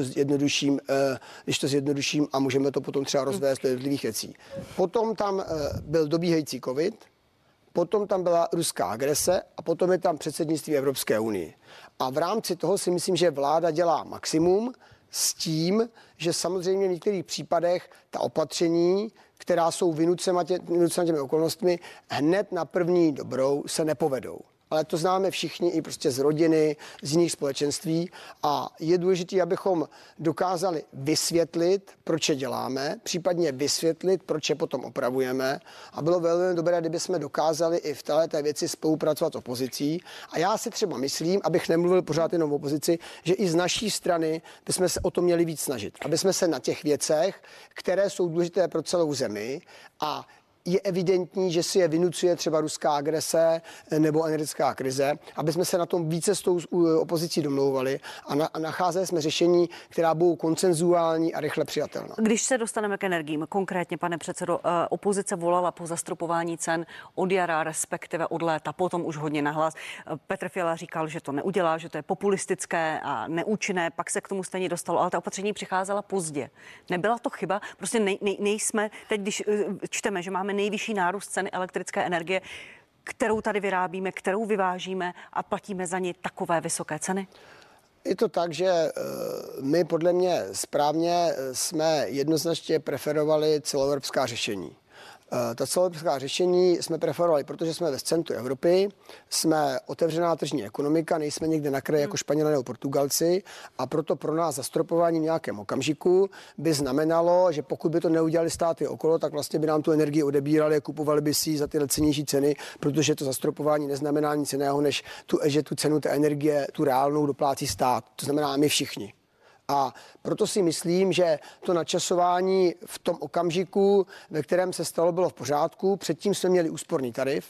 S2: to zjednoduším a můžeme to potom třeba rozvést do jednotlivých věcí. Potom tam byl dobíhající covid, potom tam byla ruská agrese a potom je tam předsednictví Evropské unie. A v rámci toho si myslím, že vláda dělá maximum s tím, že samozřejmě v některých případech ta opatření, která jsou vynucena těmi okolnostmi, hned na první dobrou se nepovedou. Ale to známe všichni i prostě z rodiny, z jiných společenství a je důležité, abychom dokázali vysvětlit, proč je děláme, případně vysvětlit, proč je potom opravujeme a bylo velmi dobré, kdyby jsme dokázali i v této věci spolupracovat s opozicí a já si třeba myslím, abych nemluvil pořád jenom o opozici, že i z naší strany bychom se o to měli víc snažit, aby jsme se na těch věcech, které jsou důležité pro celou zemi a je evidentní, že si je vynucuje třeba ruská agrese nebo energetická krize, aby jsme se na tom více s tou opozicí domlouvali a nacházeli jsme řešení, která budou konsenzuální a rychle přijatelná.
S1: Když se dostaneme k energiím, konkrétně, pane předsedo, opozice volala po zastropování cen od jara, respektive od léta, potom už hodně nahlas. Petr Fiala říkal, že to neudělá, že to je populistické a neúčinné, pak se k tomu stejně dostalo, ale ta opatření přicházela pozdě. Nebyla to chyba? Prostě nejsme, teď když čteme, že máme nejvyšší nárůst ceny elektrické energie, kterou tady vyrábíme, kterou vyvážíme a platíme za ní takové vysoké ceny?
S2: Je to tak, že my podle mě správně jsme jednoznačně preferovali celoevropská řešení. Ta celoevropská řešení jsme preferovali, protože jsme ve centru Evropy, jsme otevřená tržní ekonomika, nejsme někde na kraji jako Španělé nebo Portugalci a proto pro nás zastropování v nějakém okamžiku by znamenalo, že pokud by to neudělali státy okolo, tak vlastně by nám tu energii odebírali a kupovali by si ji za ty cenější ceny, protože to zastropování neznamená nic jiného, než že tu cenu té energie, tu reálnou doplácí stát. To znamená my všichni. A proto si myslím, že to načasování v tom okamžiku, ve kterém se stalo, bylo v pořádku. Předtím jsme měli úsporný tarif,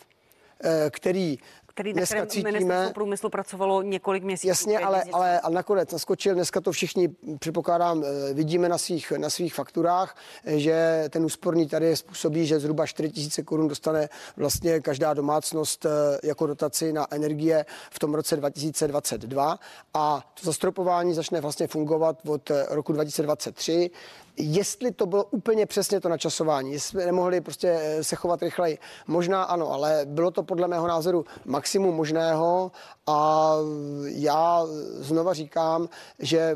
S2: který dneska cítíme.
S1: Ministerstvo průmyslu pracovalo několik měsíců.
S2: Jasně, ale nakonec naskočil. Dneska to všichni, předpokládám, vidíme na svých fakturách, že ten úsporný tarif způsobí, že zhruba 4 000 korun dostane vlastně každá domácnost jako dotaci na energie v tom roce 2022 a to zastropování začne vlastně fungovat od roku 2023. Jestli to bylo úplně přesně to načasování, jestli jsme nemohli prostě se chovat rychleji, možná ano, ale bylo to podle mého názoru maximum možného a já znova říkám, že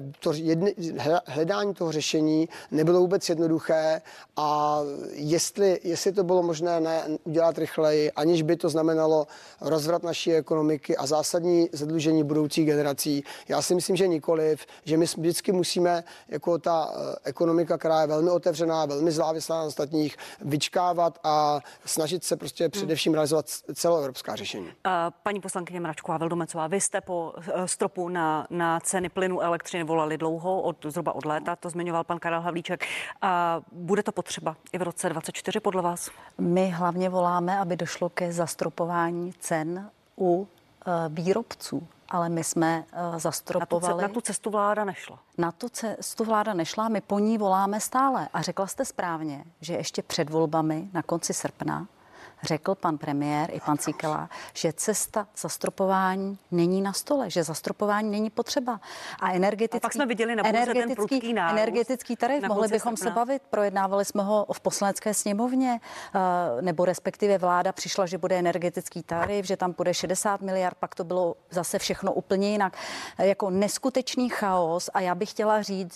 S2: hledání toho řešení nebylo vůbec jednoduché a jestli to bylo možné udělat rychleji, aniž by to znamenalo rozvrat naší ekonomiky a zásadní zadlužení budoucích generací, já si myslím, že nikoliv, že my vždycky musíme jako ta ekonomika, která je velmi otevřená, velmi závislá na ostatních, vyčkávat a snažit se prostě především realizovat celoevropská řešení.
S1: Paní poslankyně Mračková Vildumetzová, vy jste po stropu na ceny plynu elektřiny volali dlouho, zhruba od léta, to zmiňoval pan Karel Havlíček. Bude to potřeba i v roce 2024 podle vás?
S3: My hlavně voláme, aby došlo ke zastropování cen u výrobců. Ale my jsme zastropovali.
S1: Na tu cestu vláda nešla.
S3: Na tu cestu vláda nešla, my po ní voláme stále. A řekla jste správně, že ještě před volbami na konci srpna řekl pan premiér i pan Síkela, že cesta zastropování není na stole, že zastropování není potřeba. A
S1: pak jsme viděli na burze ten prudký nárůst.
S3: Energetický tarif, mohli bychom se bavit, projednávali jsme ho v Poslanecké sněmovně, nebo respektive vláda přišla, že bude energetický tarif, že tam bude 60 miliard, pak to bylo zase všechno úplně jinak. Jako neskutečný chaos a já bych chtěla říct,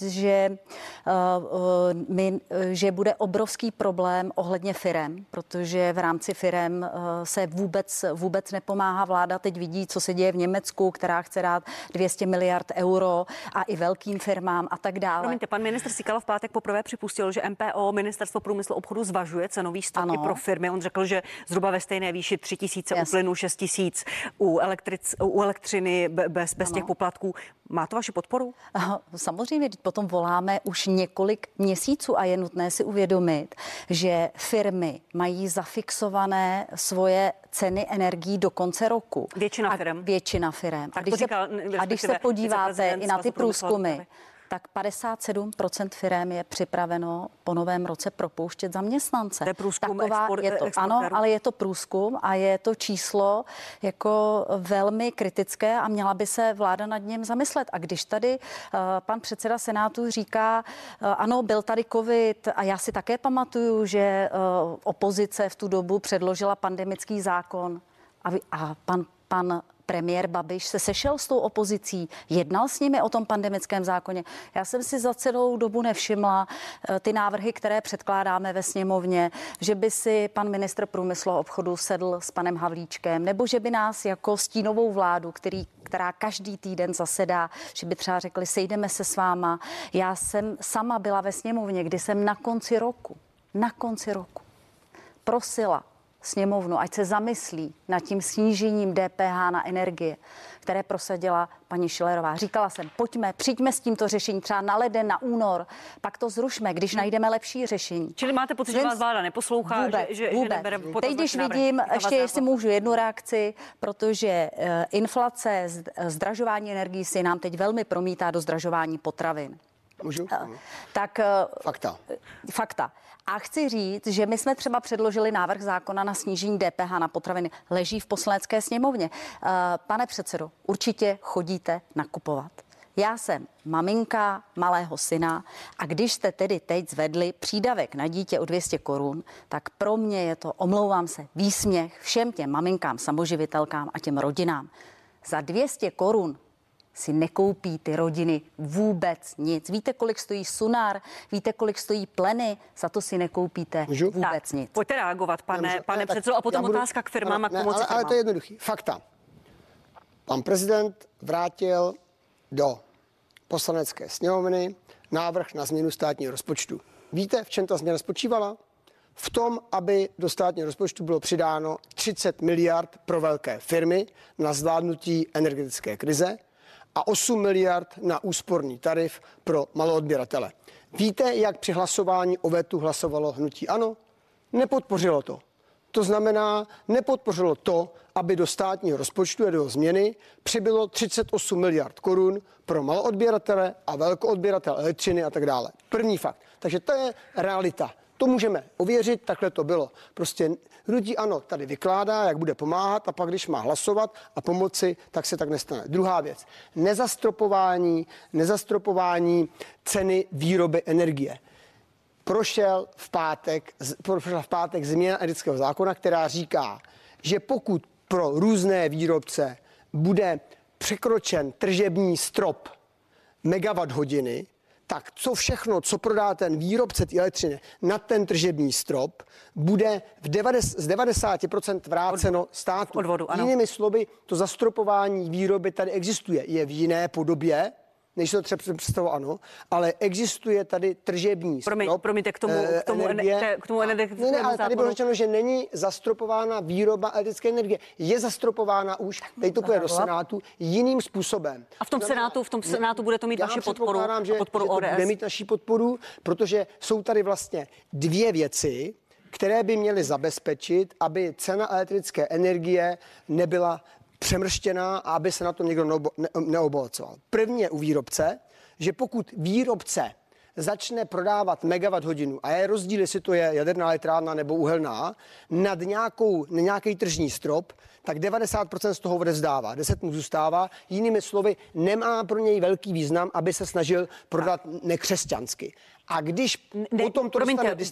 S3: že bude obrovský problém ohledně firem, protože v rámci firem se vůbec nepomáhá. Vláda teď vidí, co se děje v Německu, která chce dát 200 miliard euro a i velkým firmám a tak dále.
S1: Promiňte, pan ministr Síkela v pátek poprvé připustil, že MPO, Ministerstvo průmyslu a obchodu, zvažuje cenový strop i pro firmy. On řekl, že zhruba ve stejné výši 3 000 u plynu, 6 000 u elektřiny bez těch poplatků. Má to vaši podporu?
S3: Samozřejmě, potom voláme už několik měsíců a je nutné si uvědomit, že firmy mají zafixované svoje ceny energií do konce roku.
S1: Většina firem.
S3: A když se podíváte i na ty průzkumy, tak 57% firem je připraveno po novém roce propouštět zaměstnance.
S1: To je průzkum
S3: ano, ale je to průzkum a je to číslo jako velmi kritické a měla by se vláda nad ním zamyslet. A když tady pan předseda Senátu říká, ano, byl tady covid a já si také pamatuju, že opozice v tu dobu předložila pandemický zákon a pan premiér Babiš se sešel s tou opozicí, jednal s nimi o tom pandemickém zákoně. Já jsem si za celou dobu nevšimla ty návrhy, které předkládáme ve sněmovně, že by si pan ministr průmyslu a obchodu sedl s panem Havlíčkem, nebo že by nás jako stínovou vládu, která každý týden zasedá, že by třeba řekli, sejdeme se s váma. Já jsem sama byla ve sněmovně, kdy jsem na konci roku prosila sněmovnu, ať se zamyslí nad tím snížením DPH na energie, které prosadila paní Schillerová. Říkala jsem, přijďme s tímto řešením třeba na leden, na únor, pak to zrušme, když najdeme lepší řešení.
S1: Čili máte pocit, že vás vláda neposlouchá,
S3: vůbec.
S1: že nebere potaz.
S3: Teď, když vidím, ještě jestli můžu jednu reakci, protože inflace, zdražování energií si nám teď velmi promítá do zdražování potravin.
S2: Můžu?
S3: Tak fakta. A chci říct, že my jsme třeba předložili návrh zákona na snížení DPH na potraviny. Leží v Poslanecké sněmovně. Pane předsedo, určitě chodíte nakupovat. Já jsem maminka malého syna a když jste tedy teď zvedli přídavek na dítě o 200 korun, tak pro mě je to, omlouvám se, výsměch všem těm maminkám, samoživitelkám a těm rodinám. Za 200 korun si nekoupí ty rodiny vůbec nic. Víte, kolik stojí Sunár? Víte, kolik stojí pleny? Za to si nekoupíte vůbec nic.
S1: Pojďte reagovat, pane předsedo, a potom otázka k firmám a k pomoci firmám.
S2: Ale to je jednoduchý. Fakta. Pan prezident vrátil do Poslanecké sněmovny návrh na změnu státního rozpočtu. Víte, v čem ta změna spočívala? V tom, aby do státního rozpočtu bylo přidáno 30 miliard pro velké firmy na zvládnutí energetické krize a 8 miliard na úsporný tarif pro maloodběratele. Víte, jak při hlasování o vetu hlasovalo hnutí ANO? Nepodpořilo to. To znamená, nepodpořilo to, aby do státního rozpočtu a do změny přibylo 38 miliard korun pro maloodběratele a velkoodběratele elektřiny a tak dále. První fakt. Takže to je realita. To můžeme ověřit, takhle to bylo. Prostě hnutí ANO tady vykládá, jak bude pomáhat a pak, když má hlasovat a pomoci, tak se tak nestane. Druhá věc. Nezastropování ceny výroby energie. Prošel v pátek změna energetického zákona, která říká, že pokud pro různé výrobce bude překročen tržební strop megawatt hodiny, tak co všechno, co prodá ten výrobce té elektřiny na ten tržební strop, bude z 90% vráceno státu.
S1: Odvodu, ano.
S2: Jinými slovy, to zastropování výroby tady existuje. Je v jiné podobě, než to třeba představilo ANO, ale existuje tady tržební strop.
S1: Promiňte, k tomu energetickému
S2: Ne, ale tady bylo řečeno, že není zastropována výroba elektrické energie. Je zastropována už, teď to půjde do Senátu, jiným způsobem.
S1: A v tom Senátu bude to mít vaši podporu a podporu ODS?
S2: Bude mít naší podporu, protože jsou tady vlastně dvě věci, které by měly zabezpečit, aby cena elektrické energie nebyla přemrštěná a aby se na tom někdo neobohacoval. První je u výrobce, že pokud výrobce začne prodávat megawatt hodinu a je rozdíl, jestli to je jaderná elektrárna nebo uhelná, nad nějaký tržní strop, tak 90% z toho odevzdává, 10 mu zůstává. Jinými slovy, nemá pro něj velký význam, aby se snažil prodat nekřesťansky. A když potom to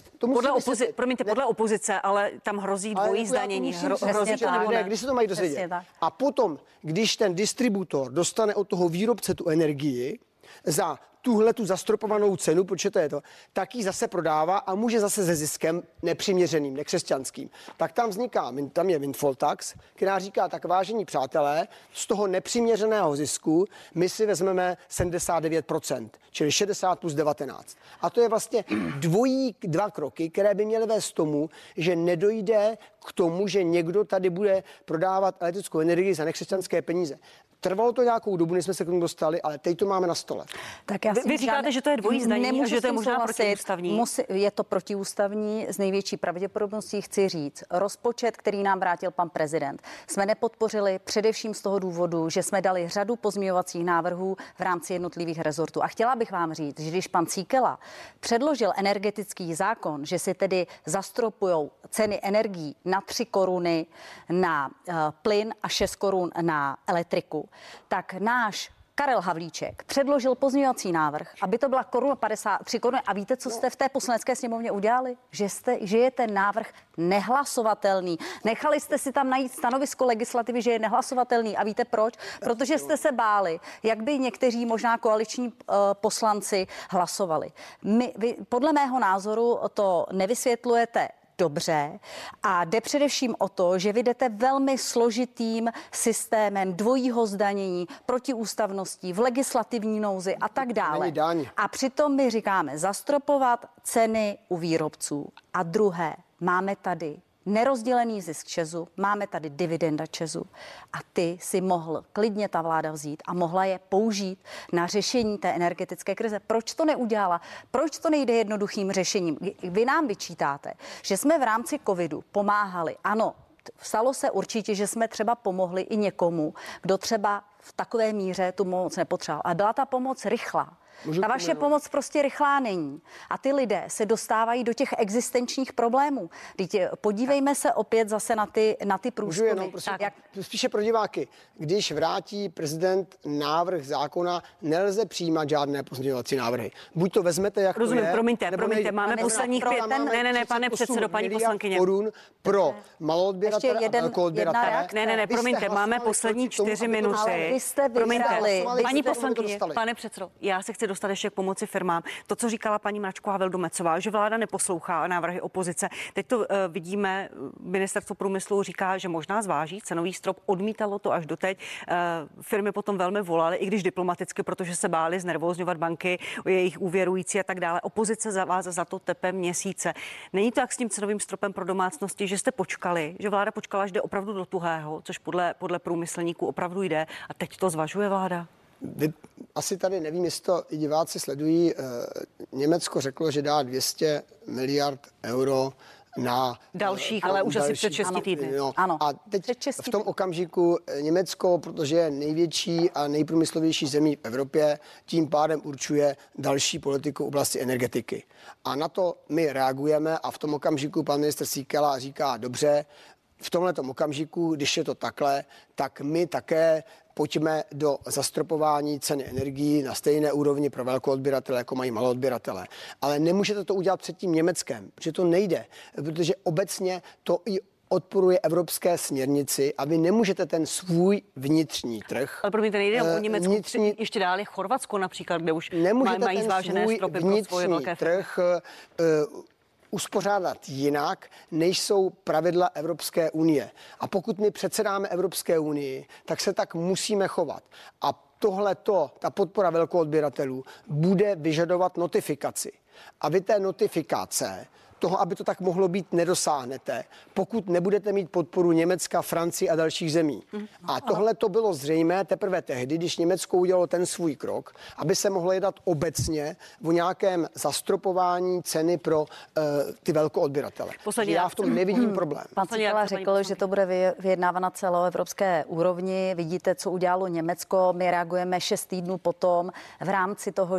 S1: podle opozice, ale tam hrozí dvojí zdanění.
S2: Když se to mají dozvědět. A potom, když ten distributor dostane od toho výrobce tu energii za tu zastropovanou cenu, protože to je to, tak ji zase prodává a může zase se ziskem nepřiměřeným, nekřesťanským. Tak tam je windfall tax, která říká, tak vážení přátelé, z toho nepřiměřeného zisku my si vezmeme 79%, čili 60 plus 19. A to je vlastně dva kroky, které by měly vést tomu, že nedojde k tomu, že někdo tady bude prodávat elektrickou energii za nekřesťanské peníze. Trvalo to nějakou dobu, než jsme se k tomu dostali, ale teď to máme na stole.
S3: Tak
S1: vy říkáte, že to je dvojí zdanění a že to je možná protiústavní.
S3: Je to protiústavní, z největší pravděpodobností chci říct. Rozpočet, který nám vrátil pan prezident, jsme nepodpořili především z toho důvodu, že jsme dali řadu pozměňovacích návrhů v rámci jednotlivých rezortů. A chtěla bych bych vám říct, že když pan Síkela předložil energetický zákon, že si tedy zastropujou ceny energií na 3 koruny na plyn a 6 korun na elektriku, tak náš Karel Havlíček předložil pozměňovací návrh, aby to byla 3 koruny. A víte, co jste v té poslanecké sněmovně udělali? Že je ten návrh nehlasovatelný. Nechali jste si tam najít stanovisko legislativy, že je nehlasovatelný. A víte proč? Protože jste se báli, jak by někteří možná koaliční poslanci hlasovali. Vy podle mého názoru to nevysvětlujete dobře a jde především o to, že vy jdete velmi složitým systémem dvojího zdanění, protiústavností, v legislativní nouzi a tak dále. A přitom my říkáme zastropovat ceny u výrobců. A druhé, máme tady nerozdělený zisk ČEZu, máme tady dividenda ČEZu a ty si mohl klidně ta vláda vzít a mohla je použít na řešení té energetické krize. Proč to neudělala? Proč to nejde jednoduchým řešením? Vy nám vyčítáte, že jsme v rámci covidu pomáhali. Ano, stalo se určitě, že jsme třeba pomohli i někomu, kdo třeba v takové míře tu pomoc nepotřeboval. Ale byla ta pomoc rychlá. Ta vaše pomoc prostě rychlá není. A ty lidé se dostávají do těch existenčních problémů. Podívejme se opět zase na ty průzkumy.
S2: Spíše pro diváky. Když vrátí prezident návrh zákona, nelze přijímat žádné pozměňovací návrhy. Buď to vezmete, jak
S1: rozumím,
S2: to je.
S1: Promiňte, máme posledních 5. Ne, pane předsedo, paní poslankyně.
S2: Korun pro maloodběratele a velkoodběratele.
S1: Ne, promiňte, máme poslední 4 minuty.
S3: Vy jste vyhrali.
S1: Paní poslankyně, pane předsedo, já se chci dostat ještě k pomoci firmám. To, co říkala paní Mračková Vildumetzová, že vláda neposlouchá návrhy opozice. Teď to vidíme, ministerstvo průmyslu říká, že možná zváží cenový strop, odmítalo to až doteď. Firmy potom velmi volaly, i když diplomaticky, protože se báli znervózňovat banky, jejich úvěrující a tak dále. Opozice za vás za to tepe měsíce. Není to jak s tím cenovým stropem pro domácnosti, že jste počkali, že vláda počkala, že jde opravdu do tuhého, což podle průmyslníků opravdu jde a teď to zvažuje vláda?
S2: Vy asi tady nevím, jestli to i diváci sledují. Německo řeklo, že dá 200 miliard euro na
S1: dalších, ale už asi před 6 týdny.
S2: Ano. A teď v tom okamžiku Německo, protože je největší a nejprůmyslovější zemí v Evropě, tím pádem určuje další politiku v oblasti energetiky. A na to my reagujeme a v tom okamžiku pan ministr Síkela říká, dobře, v tomhletom okamžiku, když je to takhle, tak my také pojďme do zastropování ceny energií na stejné úrovni pro velkoodběratele, jako mají maloodběratele. Ale nemůžete to udělat před tím Německem, protože to nejde, protože obecně to i odporuje evropské směrnici a vy nemůžete ten svůj vnitřní trh.
S1: Ale promiňte, nejde o Německu, ještě dál je Chorvatsko například, kde už mají zvážené stropy pro svoje velké
S2: trh uspořádat jinak, než jsou pravidla Evropské unie. A pokud my předsedáme Evropské unii, tak se tak musíme chovat. A ta podpora velkoodběratelů bude vyžadovat notifikaci. A vy té notifikace, toho, aby to tak mohlo být, nedosáhnete, pokud nebudete mít podporu Německa, Francie a dalších zemí. A tohle to bylo zřejmé teprve tehdy, když Německo udělalo ten svůj krok, aby se mohlo jednat obecně o nějakém zastropování ceny pro ty velkoodběratele. Já v tom nevidím problém.
S3: Pan Síkela řekl, že to bude vyjednávat na celoevropské úrovni. Vidíte, co udělalo Německo. My reagujeme 6 týdnů potom v rámci toho,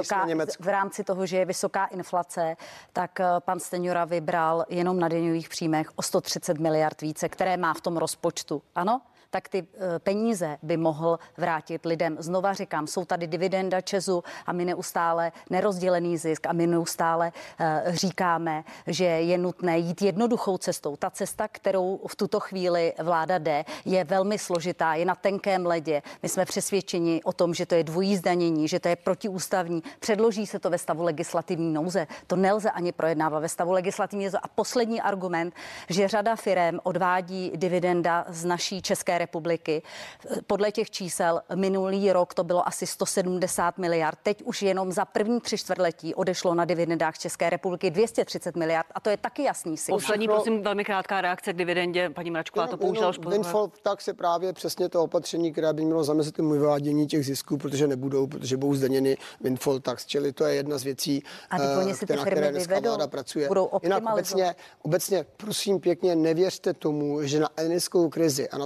S3: že je vysoká inflace, tak pan Stanjura vybral jenom na daňových příjmech o 130 miliard více, které má v tom rozpočtu. Ano? Tak ty peníze by mohl vrátit lidem. Znova říkám, jsou tady dividenda ČEZu a my neustále nerozdělený zisk a my neustále říkáme, že je nutné jít jednoduchou cestou. Ta cesta, kterou v tuto chvíli vláda jde, je velmi složitá, je na tenkém ledě. My jsme přesvědčeni o tom, že to je dvojí zdanění, že to je protiústavní. Předloží se to ve stavu legislativní nouze. To nelze ani projednávat ve stavu legislativní nouze. A poslední argument, že řada firem odvádí dividenda z naší České republiky. Podle těch čísel minulý rok to bylo asi 170 miliard. Teď už jenom za první 3 čtvrtletí odešlo na dividendách České republiky 230 miliard a to je taky jasný signál.
S1: Poslední, prosím, velmi krátká reakce k dividendě. Paní Mračková to použila už
S2: windfall tax je právě přesně to opatření, které by mělo zamezit vyvádění těch zisků, protože budou zdaněny windfall tax, čili to je jedna z věcí, které dneska vláda pracuje. Jinak obecně prosím pěkně, nevěřte tomu, že na energetickou krizi a na to situaci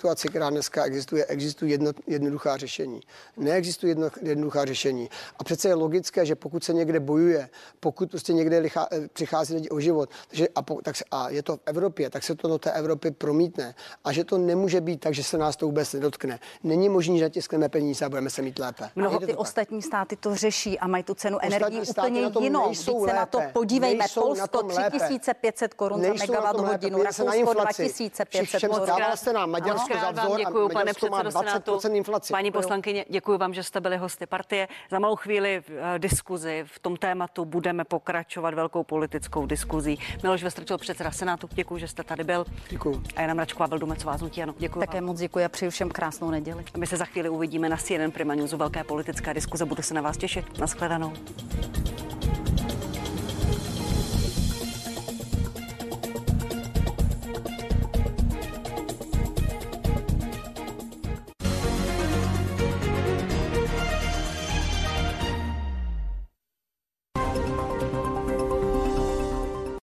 S2: situaci, která dneska existují jednoduchá řešení. Neexistují jednoduchá řešení. A přece je logické, že pokud se někde bojuje, pokud prostě někde přichází lidi o život, a je to v Evropě, tak se to do té Evropy promítne. A že to nemůže být tak, že se nás to vůbec nedotkne. Není možné, že natiskneme peníze a budeme se mít lépe.
S3: Mnoho ty ostatní státy to řeší a mají tu cenu energií úplně jinou. Když se na to podívejme, Polsko 3500 korun za megawatt hodinu, Rakousko 2500 korun.
S2: Maďarsko za vzor,
S1: děkuji, pane
S2: Maďarsko má
S1: předsedo
S2: 20% inflaci.
S1: Paní poslankyně, děkuji vám, že jste byli hosty partie. Za malou chvíli v diskuzi v tom tématu budeme pokračovat velkou politickou diskuzí. Miloš Vystrčil, předseda Senátu, děkuji, že jste tady byl.
S2: Děkuji.
S1: A Jana Mračková, Vildumecová z hnutí ANO. Děkuji.
S3: Také moc děkuji a přeju všem krásnou neděli.
S1: My se za chvíli uvidíme na CNN Prima News, velké politické diskuze. Budu se na vás těšit. Nashledanou.